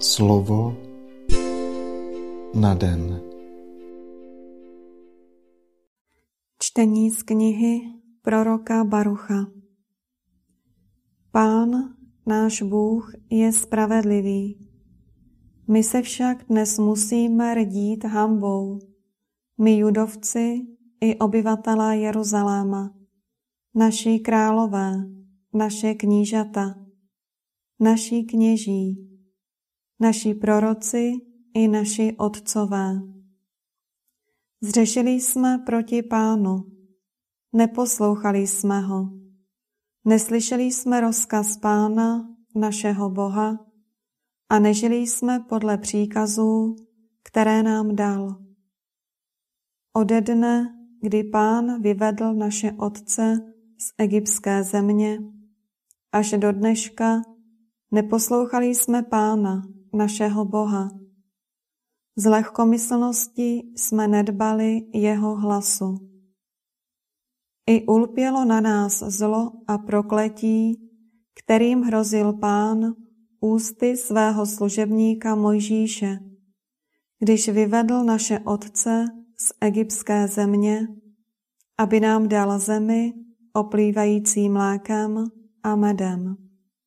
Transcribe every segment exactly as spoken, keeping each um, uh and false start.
Slovo na den. Čtení z knihy proroka Barucha. Pán, náš Bůh, je spravedlivý. My se však dnes musíme rdít hanbou, my Judovci i obyvatelé Jeruzaléma, naši králové, naše knížata, naši kněží, naši proroci i naši otcové. Zřešili jsme proti Pánu, neposlouchali jsme ho, neslyšeli jsme rozkaz Pána, našeho Boha, a nežili jsme podle příkazů, které nám dal. Ode dne, kdy Pán vyvedl naše otce z egyptské země, až do dneška neposlouchali jsme Pána, našeho Boha. Z lehkomyslnosti jsme nedbali jeho hlasu. I ulpělo na nás zlo a prokletí, kterým hrozil Pán ústy svého služebníka Mojžíše, když vyvedl naše otce z egyptské země, aby nám dal zemi oplývající mlékem a medem.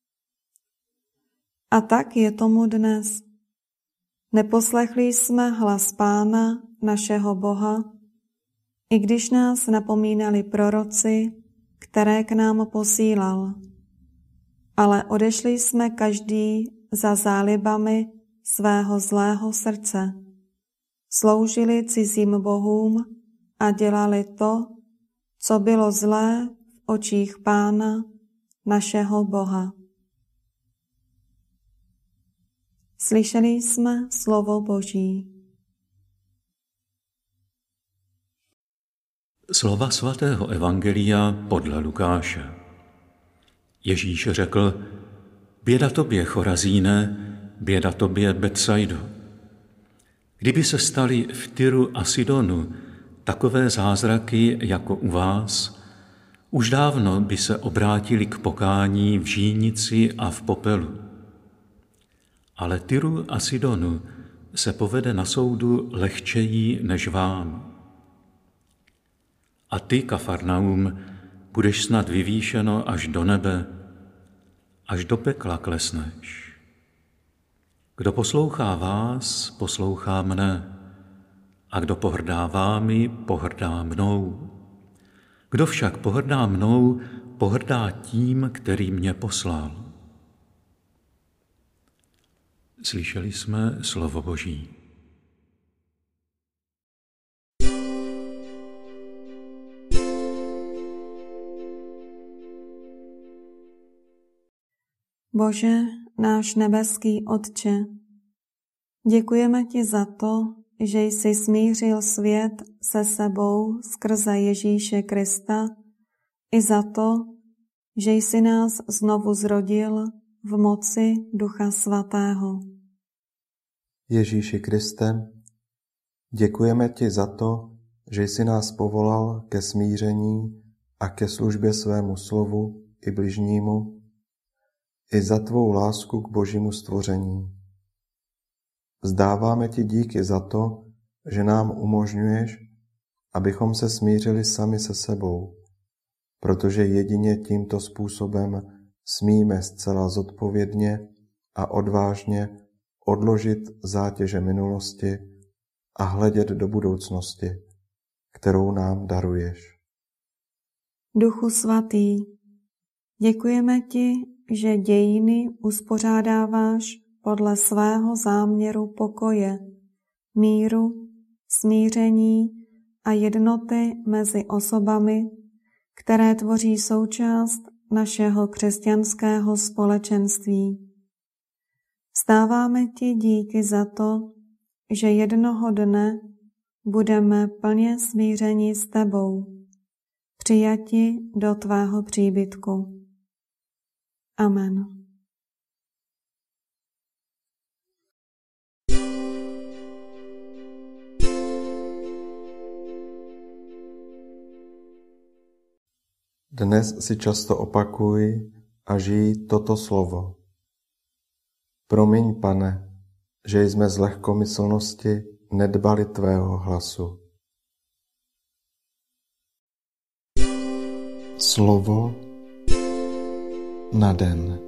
A tak je tomu dnes. Neposlechli jsme hlas Pána, našeho Boha, i když nás napomínali proroci, které k nám posílal. Ale odešli jsme každý za zálibami svého zlého srdce. Sloužili cizím bohům a dělali to, co bylo zlé v očích Pána, našeho Boha. Slyšeli jsme slovo Boží. Slova svatého evangelia podle Lukáše. Ježíš řekl: Běda tobě, Chorazíne, běda tobě, Betsaido. Kdyby se staly v Tyru a Sidonu takové zázraky jako u vás, už dávno by se obrátili k pokání v žínici a v popelu. Ale Tyru a Sidonu se povede na soudu lehčeji než vám. A ty, Kafarnaum, budeš snad vyvýšeno až do nebe, až do pekla klesneš. Kdo poslouchá vás, poslouchá mne, a kdo pohrdá vámi, pohrdá mnou. Kdo však pohrdá mnou, pohrdá tím, který mě poslal. Slyšeli jsme slovo Boží. Bože, náš nebeský Otče, děkujeme ti za to, že jsi smířil svět se sebou skrze Ježíše Krista, i za to, že jsi nás znovu zrodil v moci Ducha Svatého. Ježíši Kriste, děkujeme ti za to, že jsi nás povolal ke smíření a ke službě svému slovu i bližnímu, i za tvou lásku k Božímu stvoření. Vzdáváme ti díky za to, že nám umožňuješ, abychom se smířili sami se sebou, protože jedině tímto způsobem smíme zcela zodpovědně a odvážně odložit zátěže minulosti a hledět do budoucnosti, kterou nám daruješ. Duchu svatý, děkujeme ti, že dějiny uspořádáváš podle svého záměru pokoje, míru, smíření a jednoty mezi osobami, které tvoří součást našeho křesťanského společenství. Vstáváme ti díky za to, že jednoho dne budeme plně smířeni s tebou, přijati do tvého příbytku. Amen. Dnes si často opakuj a žij toto slovo. Promiň, Pane, že jsme z lehkomyslnosti nedbali tvého hlasu. Slovo na den.